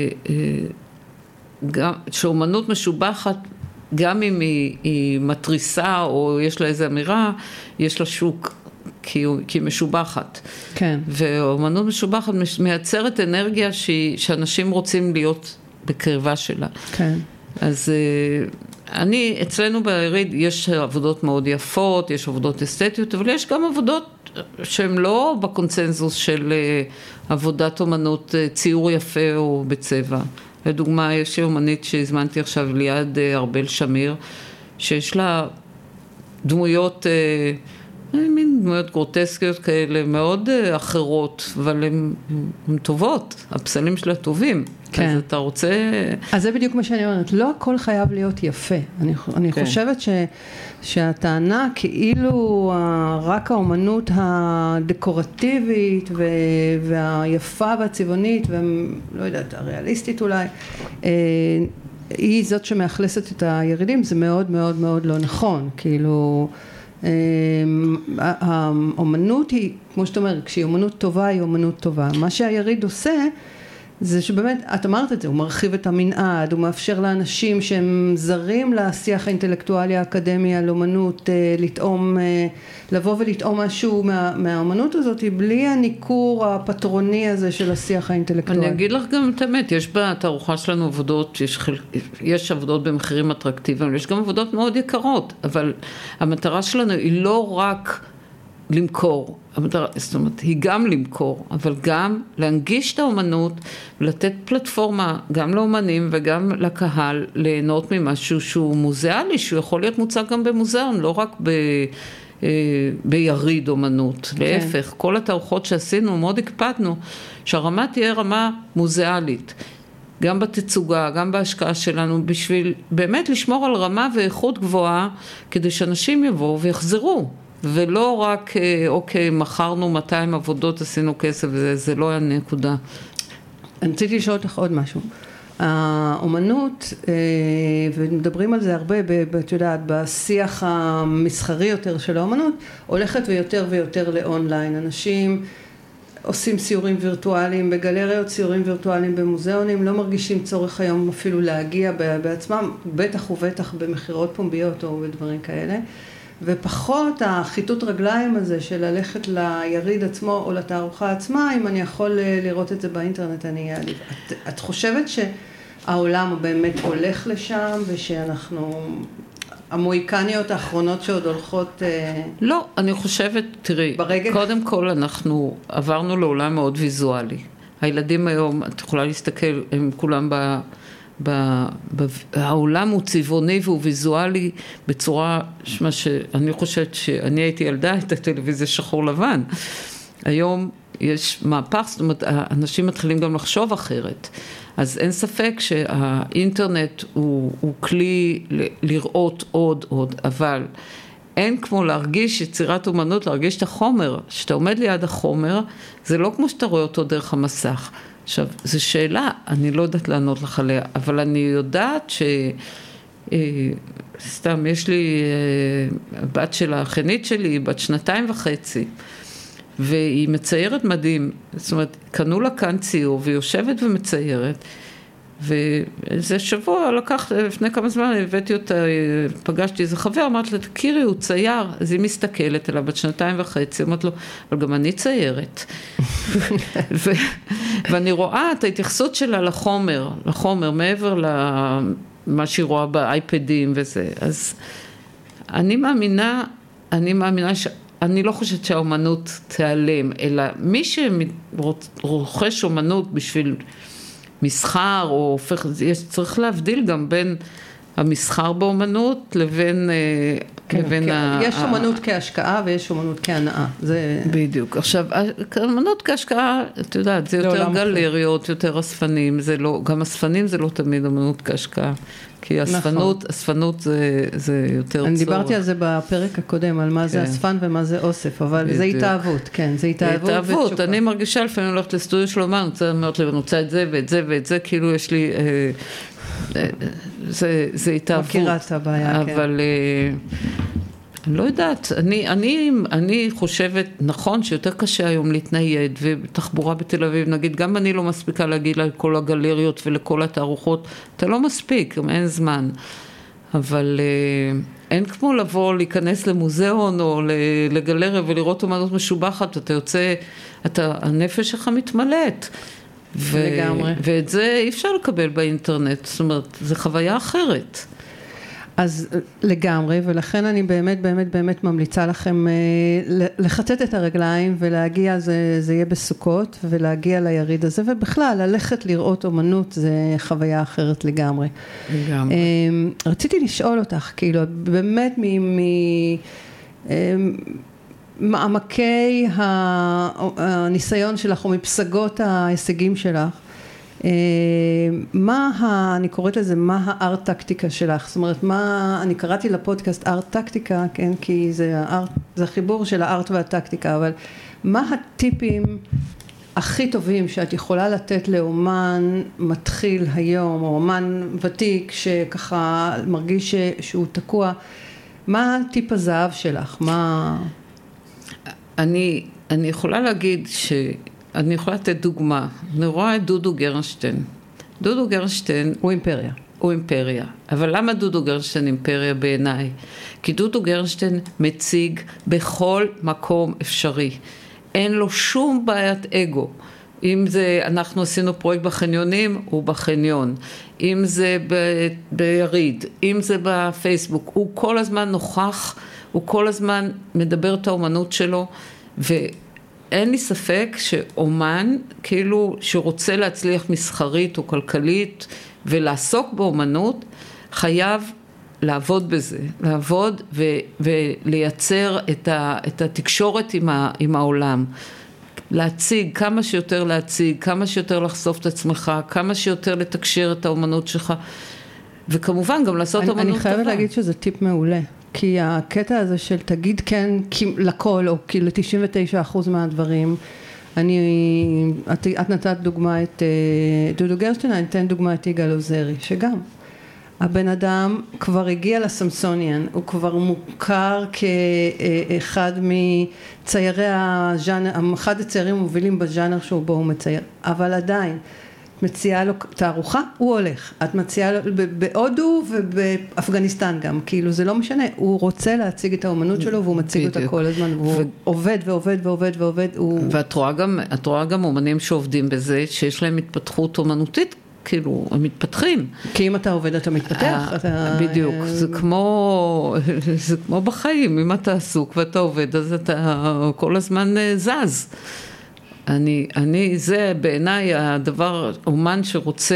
שאומנות משובחת, גם אם היא מטריסה או יש לה איזו אמירה, יש לה שוק, כי היא משובחת. כן. ואומנות משובחת מייצרת אנרגיה שאנשים רוצים להיות בקרבה שלה. כן. אז אצלנו ביריד יש עבודות מאוד יפות, יש עבודות אסתטיות, אבל יש גם עבודות שהן לא בקונצנזוס של עבודת אומנות ציור יפה או בצבע. לדוגמה, יש אומנית שהזמנתי עכשיו ליד ארבל שמיר, שיש לה דמויות, מין דמויות גרוטסקיות כאלה, מאוד אחרות, אבל הן טובות, הפסלים שלה טובים. כן. אז אתה רוצה... אז זה בדיוק מה שאני אומרת, לא הכל חייב להיות יפה. אני כן. חושבת שהטענה כאילו רק האומנות הדקורטיבית והיפה והצבעונית, ולא יודעת, הריאליסטית אולי, היא זאת שמאכלסת את הירידים, זה מאוד מאוד מאוד לא נכון. כאילו, האומנות היא, כמו שאת אומרת, כשהיא אומנות טובה, היא אומנות טובה. מה שהיריד עושה, זה שבאמת, את אמרת את זה, הוא מרחיב את המנעד, הוא מאפשר לאנשים שהם זרים לשיח האינטלקטואלי האקדמי על אומנות, לבוא ולטעום משהו מהאומנות הזאת, בלי הניכור הפטרוני הזה של השיח האינטלקטואלי. אני אגיד לך גם את האמת, יש בתערוכה שלנו עבודות, יש עבודות במחירים אטרקטיביים, יש גם עבודות מאוד יקרות, אבל המטרה שלנו היא לא רק למכור, זאת אומרת, היא גם למכור, אבל גם להנגיש את האומנות, ולתת פלטפורמה גם לאומנים וגם לקהל, ליהנות ממשהו שהוא מוזיאלי, שהוא יכול להיות מוצג גם במוזיאון, לא רק ביריד אומנות. להפך, כל התערוכות שעשינו, מאוד הקפדנו, שהרמה תהיה רמה מוזיאלית. גם בתצוגה, גם בהשקעה שלנו, בשביל באמת לשמור על רמה ואיכות גבוהה, כדי שאנשים יבואו ויחזרו. ולא רק, אוקיי, מכרנו 200 עבודות, עשינו כסף, זה לא היה נקודה. אני רציתי לשאול אותך עוד משהו. האומנות, ומדברים על זה הרבה, את יודעת, בשיח המסחרי יותר של האומנות, הולכת ויותר ויותר לאונליין. אנשים עושים סיורים וירטואליים בגלריות, סיורים וירטואליים במוזיאונים, לא מרגישים צורך היום אפילו להגיע בעצמם, בטח ובטח במחירות פומביות או בדברים כאלה. ופחות החיתות רגליים הזה של ללכת ליריד עצמו או לתערוכה עצמה, אם אני יכול לראות את זה באינטרנט, אני אעדיף. את חושבת שהעולם באמת הולך לשם, ושאנחנו, המוהיקניות האחרונות שעוד הולכות... לא, אני חושבת, תראי, ברגע... קודם כל אנחנו עברנו לעולם מאוד ויזואלי. הילדים היום, את יכולה להסתכל, הם כולם העולם הוא צבעוני והוא ויזואלי בצורה, מה שאני חושבת שאני הייתי ילדה, את הטלוויזיה שחור לבן. היום יש מהפך, זאת אומרת, האנשים מתחילים גם לחשוב אחרת. אז אין ספק שהאינטרנט הוא כלי לראות עוד, אבל אין כמו להרגיש יצירת אומנות, להרגיש את החומר. כשאתה עומד ליד החומר, זה לא כמו שאתה רואה אותו דרך המסך. עכשיו, זו שאלה, אני לא יודעת לענות לך עליה, אבל אני יודעת סתם, יש לי בת של האחיינית שלי, היא בת 2.5, והיא מציירת מדהים. זאת אומרת, קנו לה כאן ציור, והיא יושבת ומציירת, וזה שבוע לקח, לפני כמה זמן הבאתי אותה, פגשתי איזה חבר, אמרת לה, תכירי, הוא צייר, אז היא מסתכלת אליו, בת 2.5, אמרת לו, אבל גם אני ציירת. ואני רואה את ההתייחסות שלה לחומר, מעבר למה שהיא רואה באייפדים וזה. אז אני מאמינה אני לא חושבת שהאומנות תיעלם, אלא מי שרוכש אומנות בשביל מסחר, או הופך, צריך להבדיל גם בין המסחר באומנות לבין יש אומנות כהשקעה ויש אומנות כהנאה. בדיוק. עכשיו, אומנות כהשקעה, את יודעת, זה יותר גלריות, יותר אספנים, גם אספנים זה לא תמיד אומנות כהשקעה. כי אספנות זה יותר צורך. אני דיברתי על זה בפרק הקודם, על מה זה אספן ומה זה אוסף, אבל זה התאהבות, כן, זה התאהבות. אני מרגישה לפעמים הולכת לסטודיו של אומן, אני רוצה את זה ואת זה ואת זה, כאילו יש לי, זה התאהבות. מכירה את הבעיה, כן. אבל אני לא יודעת, אני חושבת, נכון שיותר קשה היום להתנייד, ותחבורה בתל אביב, נגיד, גם אני לא מספיקה להגיד לכל הגלריות ולכל התערוכות, אתה לא מספיק, אין זמן, אבל אין כמו לבוא, להיכנס למוזיאון או לגלריה ולראות אומנות משובחת, אתה יוצא, הנפש שלך מתמלאת. לגמרי. ואת זה אי אפשר לקבל באינטרנט, זאת אומרת, זה חוויה אחרת. אז לגמרי, ולכן אני באמת ממליצה לכם לחטט את הרגליים ולהגיע, זה יהיה בסוכות, ולהגיע ליריד הזה, ובכלל, ללכת לראות אומנות, זה חוויה אחרת לגמרי. לגמרי. רציתי לשאול אותך, כאילו, באמת מעמקי הניסיון שלך, או מפסגות ההישגים שלך, אני קוראת לזה, מה הארט-טקטיקה שלך? זאת אומרת, אני קראתי לפודקאסט ארט-טקטיקה, כן? כי זה החיבור של הארט והטקטיקה, אבל מה הטיפים הכי טובים שאת יכולה לתת לאומן מתחיל היום, או אומן ותיק שככה מרגיש שהוא תקוע? מה טיפ הזהב שלך? אני יכולה להגיד אני יכולה לתת דוגמה. אני רואה את דודו גרשטיין. דודו גרשטיין הוא אימפריה. הוא אימפריה. אבל למה דודו גרשטיין אימפריה בעיניי? כי דודו גרשטיין מציג בכל מקום אפשרי. אין לו שום בעיית אגו. אם זה, אנחנו עשינו פרויקט בחניונים, הוא בחניון. אם זה ביריד, אם זה בפייסבוק, הוא כל הזמן נוכח, הוא כל הזמן מדבר את האומנות שלו, אין לי ספק שאומן, כאילו שרוצה להצליח מסחרית או כלכלית ולעסוק באומנות, חייב לעבוד בזה, לעבוד ולייצר את התקשורת עם העולם. להציג, כמה שיותר לחשוף את עצמך, כמה שיותר לתקשר את האומנות שלך, וכמובן גם לעשות אומנות טובה. אני חייבת להגיד שזה טיפ מעולה. כי הקטע הזה של תגיד כן לכל, או כי ל-99% מהדברים, את נתת דוגמה את דודו גרשטיין, אני אתן דוגמה את יגאל עוזרי, שגם הבן אדם כבר הגיע לסמסוניאן, הוא כבר מוכר כאחד מציירי הז'אנר, אחד הציירים המובילים בז'אנר שהוא בו הוא מצייר, אבל עדיין, מציעה לו תערוכה, הוא הולך. את מציעה לו בהודו ובאפגניסטן גם, כאילו זה לא משנה, הוא רוצה להציג את האומנות שלו והוא מציג אותה כל הזמן, והוא עובד ועובד. ואת רואה גם אומנים שעובדים בזה, שיש להם התפתחות אומנותית, כאילו הם מתפתחים. כי אם אתה עובד אתה מתפתח. בדיוק, זה כמו בחיים, אם אתה עסוק ואתה עובד, אז אתה כל הזמן זז. זה בעיניי הדבר, אומן שרוצה,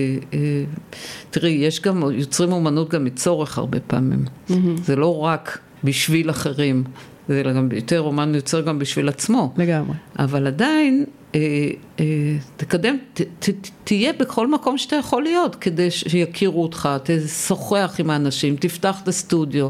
תראי, יש גם, יוצרים אומנות גם מצורך הרבה פעמים. זה לא רק בשביל אחרים. זה גם יותר, אומן יוצר גם בשביל עצמו. לגמרי. אבל עדיין, תקדם, תהיה בכל מקום שאתה יכול להיות, כדי שיכירו אותך, תשוחח עם האנשים, תפתח את הסטודיו,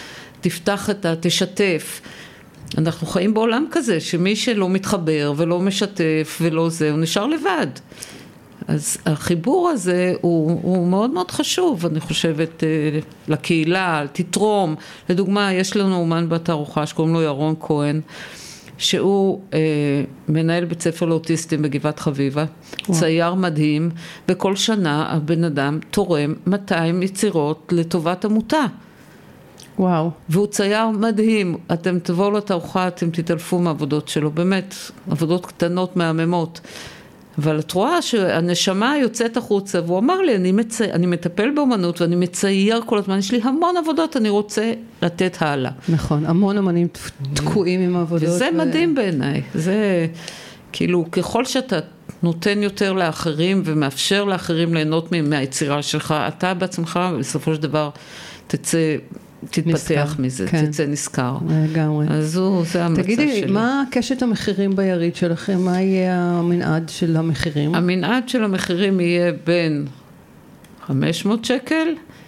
תשתף. אנחנו חיים בעולם כזה, שמי שלא מתחבר ולא משתף ולא זה, הוא נשאר לבד. אז החיבור הזה הוא מאוד מאוד חשוב, אני חושבת, לקהילה, תתרום. לדוגמה, יש לנו אומן בתערוכה שקוראים לו ירון כהן, שהוא מנהל בית ספר לאוטיסטים בגבעת חביבה, צייר מדהים, וכל שנה הבן אדם תורם 200 יצירות לטובת עמותה. וואו. והוא צייר מדהים, אתם תבואו לתערוכה, אתם תתעלפו מהעבודות שלו, באמת, עבודות קטנות מהממות. אבל את רואה שהנשמה יוצאת החוצה, והוא אמר לי, אני מטפל באמנות ואני מצייר כל הזמן, יש לי המון עבודות, אני רוצה לתת הלאה. נכון, המון אמנים תקועים עם העבודות. וזה מדהים בעיניי, זה כאילו ככל שאתה נותן יותר לאחרים ומאפשר לאחרים ליהנות מהיצירה שלך, אתה בעצמך בסופו של דבר תתפתח מזה, תצא נזכר. לגמרי. אז זה ההמלצה שלי. תגידי, מה קשת המחירים ביריד שלכם? מה יהיה המנעד של המחירים? המנעד של המחירים יהיה בין 500 שקל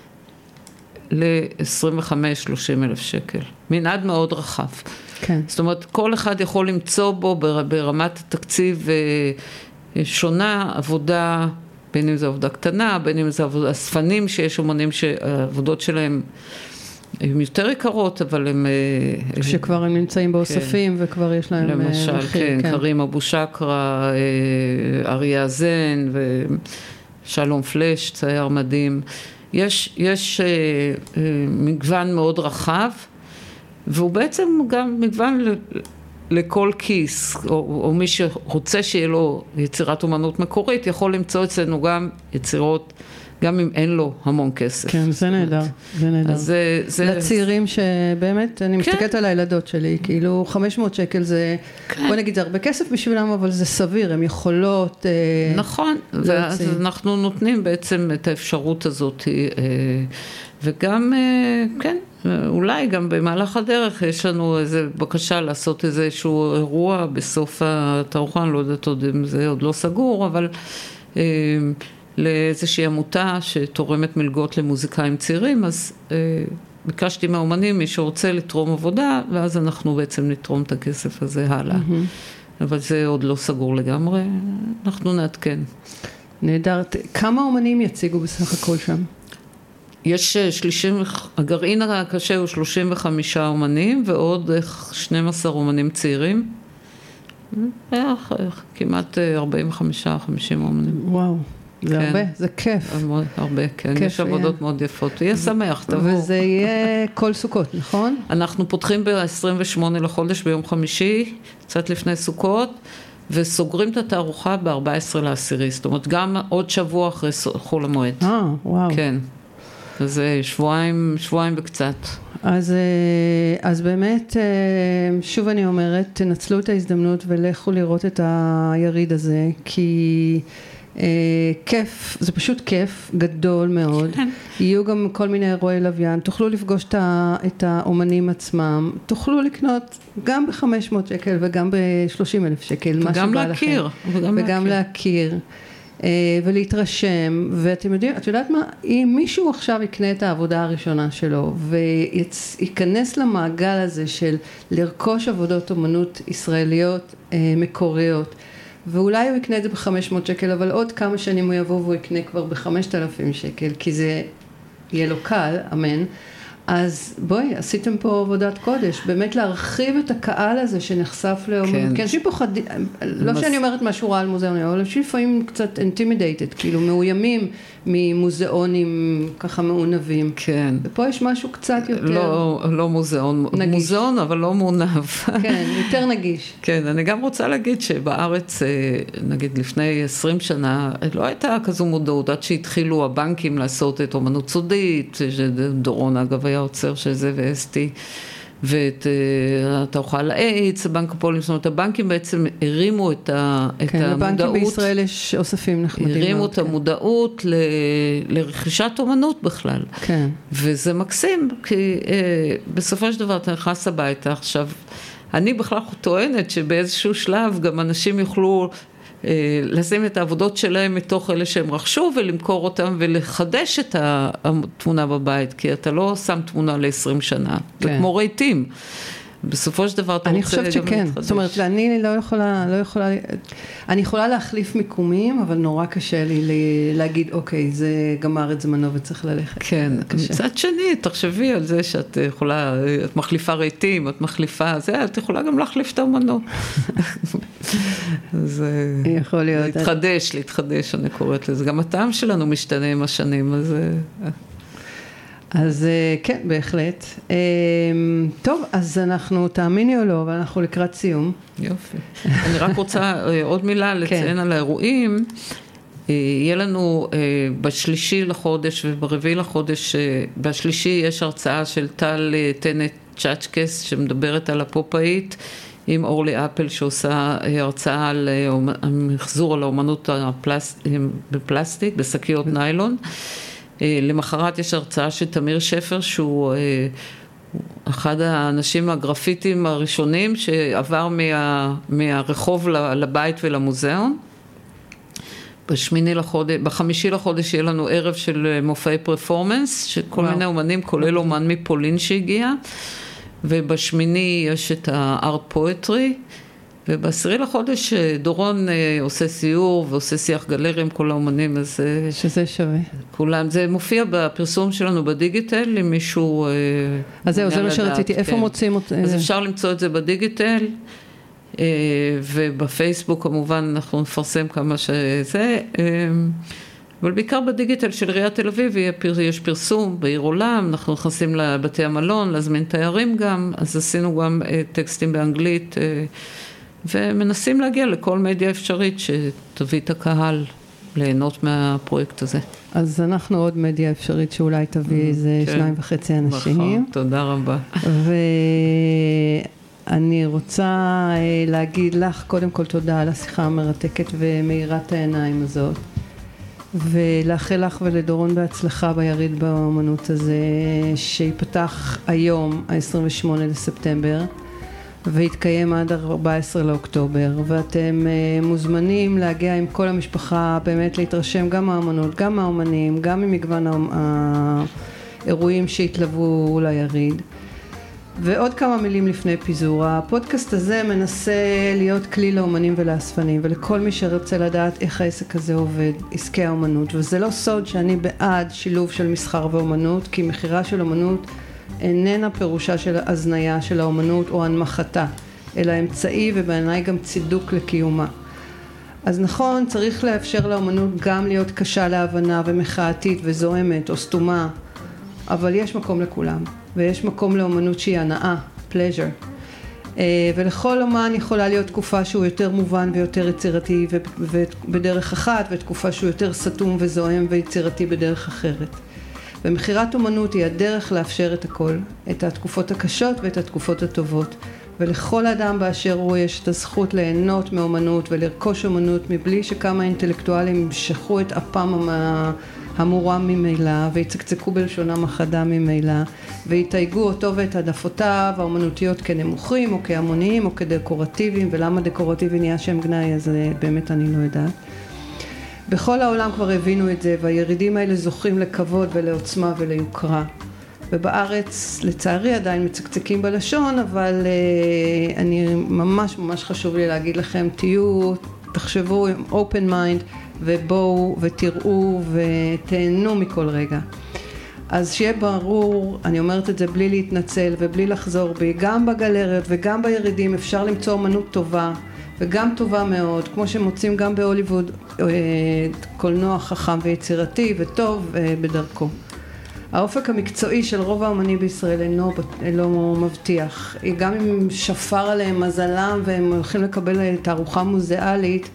ל-25-30 אלף שקל. מנעד מאוד רחב. כן. זאת אומרת, כל אחד יכול למצוא בו ברמת התקציב שונה, עבודה, בין אם זה עבודה קטנה, בין אם זה אספנים שיש אומנים שהעבודות שלהם הן יותר יקרות, אבל הם שכבר הם נמצאים באוספים, כן. וכבר יש להם למשל, מחיר. כן, קרים אבו שקרה, אריה זן, ושלום פלש, צייר מדהים. יש מגוון מאוד רחב, והוא בעצם גם מגוון לכל כיס, או מי שרוצה שיהיה לו יצירת אומנות מקורית, יכול למצוא אצלנו גם יצירות, גם אם אין לו המון כסף. כן, זה נהדר, זה נהדר. לצעירים שבאמת, אני מסתכלת על הילדות שלי, כאילו 500 שקל זה, בוא נגיד, זה הרבה כסף בשבילם, אבל זה סביר, הם יכולות... נכון, ואז אנחנו נותנים בעצם את האפשרות הזאת, וגם, כן, אולי גם במהלך הדרך יש לנו איזו בקשה לעשות איזשהו אירוע בסוף התערוכה, אני לא יודעת עוד אם זה עוד לא סגור, אבל לאיזושהי עמותה שתורמת מלגות למוזיקאים צעירים, אז ביקשתי מהאומנים, מי שרוצה לתרום עבודה, ואז אנחנו בעצם נתרום את הכסף הזה הלאה. אבל זה עוד לא סגור לגמרי, אנחנו נעדכן. נהדר. כמה אומנים יציגו בסך הכל שם? יש הגרעין הקשה הוא 35 אומנים, ועוד 12 אומנים צעירים. כמעט 45-50 אומנים. וואו, זה הרבה, זה כיף. הרבה, כן. יש עבודות מאוד יפות. יהיה שמח, תבואו. וזה יהיה כל סוכות, נכון? אנחנו פותחים ב-28 לחודש ביום חמישי, קצת לפני סוכות, וסוגרים את התערוכה ב-14 לעשירי. זאת אומרת, גם עוד שבוע אחרי חול המועד. וואו. כן. אז שבועיים וקצת. אז באמת, שוב אני אומרת, תנצלו את ההזדמנות ולכו לראות את היריד הזה, כי כיף, זה פשוט כיף גדול מאוד. כן. יהיו גם כל מיני אירועי לוויין, תוכלו לפגוש את האומנים עצמם, תוכלו לקנות גם ב-500 שקל וגם ב-30,000 שקל, מה שבא לכם. וגם להכיר. ולהתרשם, ואתם יודעים, את יודעת מה, אם מישהו עכשיו יקנה את העבודה הראשונה שלו, וייכנס למעגל הזה של לרכוש עבודות אומנות ישראליות מקוריות, ואולי הוא יקנה את זה ב-500 שקל, אבל עוד כמה שנים הוא יבוא והוא יקנה כבר ב-5,000 שקל, כי זה יהיה לו קל, אמן. אז בואי, עשיתם פה עבודת קודש, באמת להרחיב את הקהל הזה שנחשף לאומנות, כי אנשים פוחדים, לא שאני אומרת משהו רע על מוזיאונים, אבל אנשים לפעמים קצת intimidated, כאילו מאוימים ממוזיאונים ככה מעונבים. כן. ופה יש משהו קצת יותר... לא מוזיאון, מוזיאון אבל לא מעונב. כן, יותר נגיש. כן, אני גם רוצה להגיד שבארץ, נגיד לפני 20 שנה, לא הייתה כזו מודעות, עד שהתחילו הבנקים לעשות את אומנות סודית, שדורון אגב היה עוצר של זה ואסתי, ואת התערוכה על האיידס, בנק הפועלים, זאת אומרת, הבנקים בעצם הרימו את כן, המודעות. לבנקים בישראל יש אוספים נחמדים מאוד. הרימו את המודעות לרכישת אומנות בכלל. כן. וזה מקסים, כי בסופו של דבר אתה נכנס הביתה. עכשיו, אני בכלל טוענת שבאיזשהו שלב גם אנשים יוכלו לשים את העבודות שלהם מתוך אלה שהם רכשו ולמכור אותם ולחדש את התמונה בבית, כי אתה לא שם תמונה ל-20 שנה, זה כמו רהיטים. בסופו של דבר אתה אני רוצה חושבת שכן, זאת אומרת, אני לא יכולה, אני יכולה להחליף מיקומים, אבל נורא קשה לי להגיד, אוקיי, זה גמר את זמנו וצריך ללכת. כן, מצד שני, תחשבי על זה שאת יכולה, את מחליפה רהיטים, את מחליפה, זה, את יכולה גם להחליף את האמנות. זה יכול להיות. להתחדש, אני קוראת לזה. גם הטעם שלנו משתנה עם השנים, אז כן, בהחלט. טוב, אז אנחנו, תאמיני או לא, אבל אנחנו לקראת סיום. יופי. אני רק רוצה עוד מילה לציין על האירועים. יהיה לנו בשלישי לחודש וברביעי לחודש, בשלישי יש הרצאה של טל טנט צ'אצ'קס שמדברת על הפופאית, עם אורלי אפל שעושה הרצאה על מחזור על האומנות בפלסטיק, בשקיות ניילון. למחרת יש הרצאה של תמיר שפר, שהוא אחד האנשים הגרפיטים הראשונים שעבר מהרחוב לבית ולמוזיאון. בחמישי לחודש יהיה לנו ערב של מופעי פרפורמנס, שכל מיני אומנים, כולל אומן מפולין שהגיע, ובשמיני יש את הארט פואטרי, ובעשירי לחודש דורון עושה סיור ועושה שיח גלרי עם כל האומנים, אז שזה שווה. כולם, זה מופיע בפרסום שלנו בדיגיטל, אם מישהו אז זהו, זה מה שרציתי, איפה מוצאים את זה? אז אפשר למצוא את זה בדיגיטל, ובפייסבוק כמובן אנחנו נפרסם כמה שזה, אבל בעיקר בדיגיטל של עיריית תל אביב יש פרסום בעיר עולם, אנחנו נכנסים לבתי המלון, להזמין תיירים גם, אז עשינו גם טקסטים באנגלית, ומנסים להגיע לכל מדיה אפשרית שתביא את הקהל ליהנות מהפרויקט הזה. אז אנחנו עוד מדיה אפשרית שאולי תביא איזה 2.5 אנשים. נכון, תודה רבה. ואני רוצה להגיד לך קודם כל תודה על השיחה המרתקת ומאירת העיניים הזאת. ולאחל לך ולדורון בהצלחה ביריד באמנות הזה, שיפתח היום, ה-28 לספטמבר. והתקיים עד 14 לאוקטובר, ואתם מוזמנים להגיע עם כל המשפחה, באמת להתרשם גם מהאמנות, גם מהאומנים, גם ממגוון האירועים שהתלוו ליריד. ועוד כמה מילים לפני פיזור. הפודקאסט הזה מנסה להיות כלי לאומנים ולאספנים, ולכל מי שרוצה לדעת איך העסק הזה עובד, עסקי האומנות. וזה לא סוד שאני בעד שילוב של מסחר ואומנות, כי מחירה של אומנות איננה פירושה של הזניה של האומנות או הנמחתה, אלא אמצעי ובעיניי גם צידוק לקיומה. אז נכון, צריך לאפשר לאומנות גם להיות קשה להבנה ומחאתית וזוהמת או סתומה, אבל יש מקום לכולם, ויש מקום לאומנות שהיא הנאה, pleasure. ולכל אומן יכולה להיות תקופה שהוא יותר מובן ויותר יצירתי בדרך אחת, ותקופה שהוא יותר סתום וזוהם ויצירתי בדרך אחרת. ומחירת אומנות היא הדרך לאפשר את הכל, את התקופות הקשות ואת התקופות הטובות. ולכל אדם באשר הוא יש את הזכות ליהנות מאומנות ולרכוש אומנות מבלי שכמה אינטלקטואלים ימשכו את אפם המורם ממילא ויצקצקו בלשונם החדה ממילא ויתייגו אותו ואת העדפותיו האומנותיות כנמוכים או כהמוניים או כדקורטיביים, ולמה דקורטיבי נהיה שם גנאי אז באמת אני לא יודעת. בכל העולם כבר הבינו את זה, והירידים האלה זוכים לכבוד ולעוצמה וליוקרה. ובארץ לצערי עדיין מצקצקים בלשון, אבל אני ממש חשוב לי להגיד לכם, תחשבו עם open mind ובואו ותראו ותהנו מכל רגע. אז שיהיה ברור, אני אומרת את זה בלי להתנצל ובלי לחזור בי, גם בגלריות וגם בירידים אפשר למצוא אומנות טובה וגם טובה מאוד, כמו שמוצאים גם בהוליווד, קולנוע חכם ויצירתי וטוב בדרכו. האופק המקצועי של רוב האומנים בישראל אינו מבטיח. גם אם שפר עליהם מזלם והם הולכים לקבל תערוכה מוזיאלית,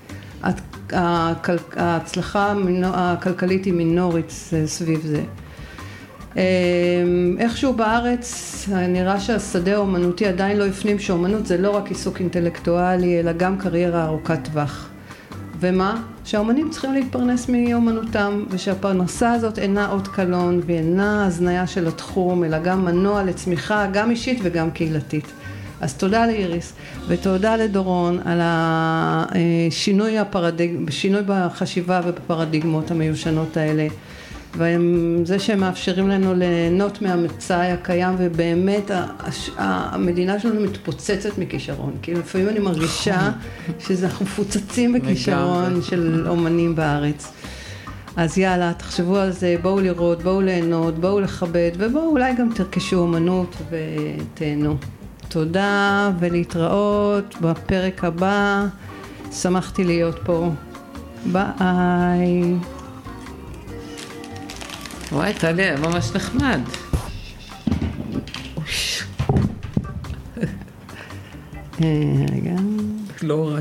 ההצלחה הכלכלית היא מינורית סביב זה. איכשהו בארץ נראה שהשדה האומנותי עדיין לא הפנים שאומנות זה לא רק עיסוק אינטלקטואלי, אלא גם קריירה ארוכת טווח. ומה? שהאומנים צריכים להתפרנס מאומנותם, ושהפרנסה הזאת אינה אות קלון, ואינה הזניה של התחום, אלא גם מנוע לצמיחה, גם אישית וגם קהילתית. אז תודה לאיריס, ותודה לדורון על השינוי בחשיבה ובפרדיגמות המיושנות האלה. וזה שהם מאפשרים לנו ליהנות מהמצאי הקיים, ובאמת המדינה שלנו מתפוצצת מכישרון. כי לפעמים אני מרגישה שאנחנו מפוצצים בכישרון של אומנים בארץ. אז יאללה, תחשבו על זה, בואו לראות, בואו ליהנות, בואו לכבד, ובואו אולי גם תרכשו אומנות ותהנו. תודה ולהתראות בפרק הבא. שמחתי להיות פה. ביי. וואי, טלי, היה ממש נחמד. רגע. לא רע.